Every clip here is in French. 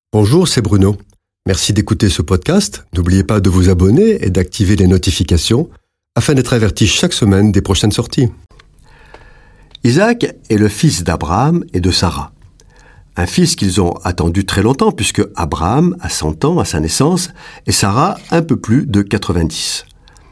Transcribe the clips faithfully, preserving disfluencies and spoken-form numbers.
Bonjour, c'est Bruno. Merci d'écouter ce podcast. N'oubliez pas de vous abonner et d'activer les notifications afin d'être averti chaque semaine des prochaines sorties. Isaac est le fils d'Abraham et de Sarah. Un fils qu'ils ont attendu très longtemps puisque Abraham a cent ans à sa naissance et Sarah un peu plus de quatre-vingt-dix.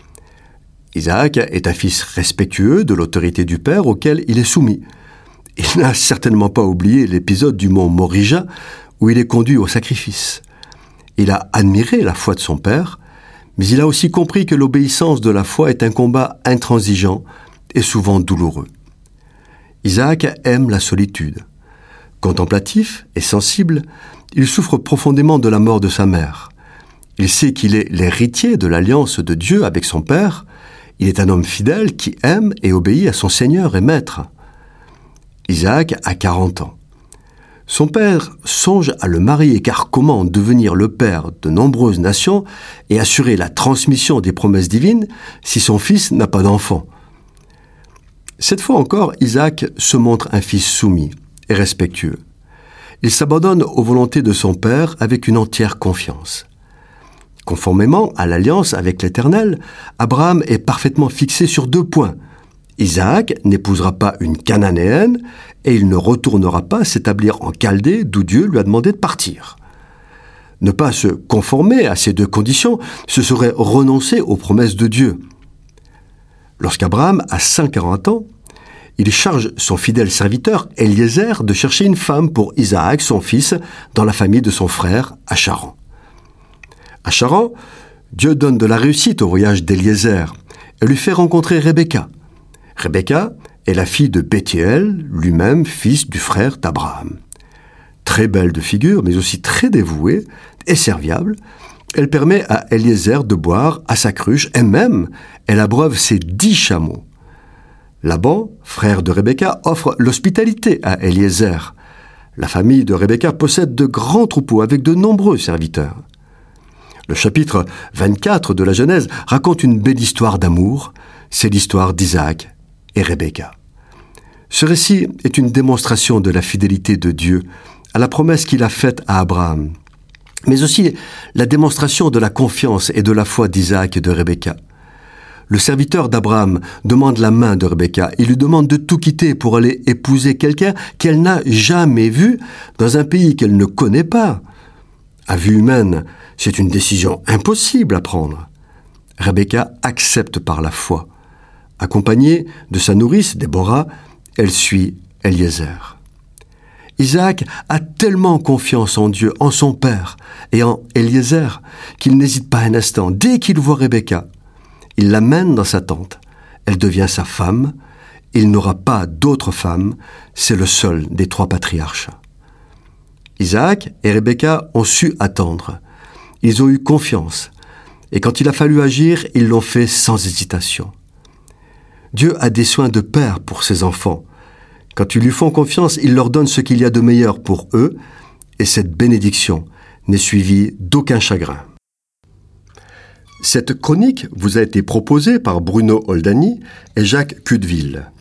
Isaac est un fils respectueux de l'autorité du père auquel il est soumis. Il n'a certainement pas oublié l'épisode du mont Morija où il est conduit au sacrifice. Il a admiré la foi de son père, mais il a aussi compris que l'obéissance de la foi est un combat intransigeant et souvent douloureux. Isaac aime la solitude. Contemplatif et sensible, il souffre profondément de la mort de sa mère. Il sait qu'il est l'héritier de l'alliance de Dieu avec son père. Il est un homme fidèle qui aime et obéit à son Seigneur et Maître. Isaac a quarante ans. Son père songe à le marier car comment devenir le père de nombreuses nations et assurer la transmission des promesses divines si son fils n'a pas d'enfant? Cette fois encore, Isaac se montre un fils soumis et respectueux. Il s'abandonne aux volontés de son père avec une entière confiance. Conformément à l'alliance avec l'Éternel, Abraham est parfaitement fixé sur deux points. Isaac n'épousera pas une Cananéenne et il ne retournera pas s'établir en Chaldée d'où Dieu lui a demandé de partir. Ne pas se conformer à ces deux conditions, ce serait renoncer aux promesses de Dieu. Lorsqu'Abraham a cent quarante ans, il charge son fidèle serviteur Eliezer de chercher une femme pour Isaac, son fils, dans la famille de son frère à Charan. À Charan, Dieu donne de la réussite au voyage d'Eliezer et lui fait rencontrer Rebecca. Rebecca est la fille de Bethuel, lui-même fils du frère d'Abraham. Très belle de figure, mais aussi très dévouée et serviable, elle permet à Eliezer de boire à sa cruche et même elle abreuve ses dix chameaux. Laban, frère de Rebecca, offre l'hospitalité à Eliezer. La famille de Rebecca possède de grands troupeaux avec de nombreux serviteurs. Le chapitre vingt-quatre de la Genèse raconte une belle histoire d'amour. C'est l'histoire d'Isaac et Rebecca. Ce récit est une démonstration de la fidélité de Dieu à la promesse qu'il a faite à Abraham, mais aussi la démonstration de la confiance et de la foi d'Isaac et de Rebecca. Le serviteur d'Abraham demande la main de Rebecca. Il lui demande de tout quitter pour aller épouser quelqu'un qu'elle n'a jamais vu dans un pays qu'elle ne connaît pas. À vue humaine, c'est une décision impossible à prendre. Rebecca accepte par la foi. Accompagnée de sa nourrice, Déborah, elle suit Eliezer. Isaac a tellement confiance en Dieu, en son père et en Eliezer qu'il n'hésite pas un instant. Dès qu'il voit Rebecca, il l'amène dans sa tente. Elle devient sa femme. Il n'aura pas d'autre femme. C'est le seul des trois patriarches. Isaac et Rebecca ont su attendre. Ils ont eu confiance. Et quand il a fallu agir, ils l'ont fait sans hésitation. Dieu a des soins de père pour ses enfants. Quand ils lui font confiance, il leur donne ce qu'il y a de meilleur pour eux, et cette bénédiction n'est suivie d'aucun chagrin. Cette chronique vous a été proposée par Bruno Oldani et Jacques Cudeville.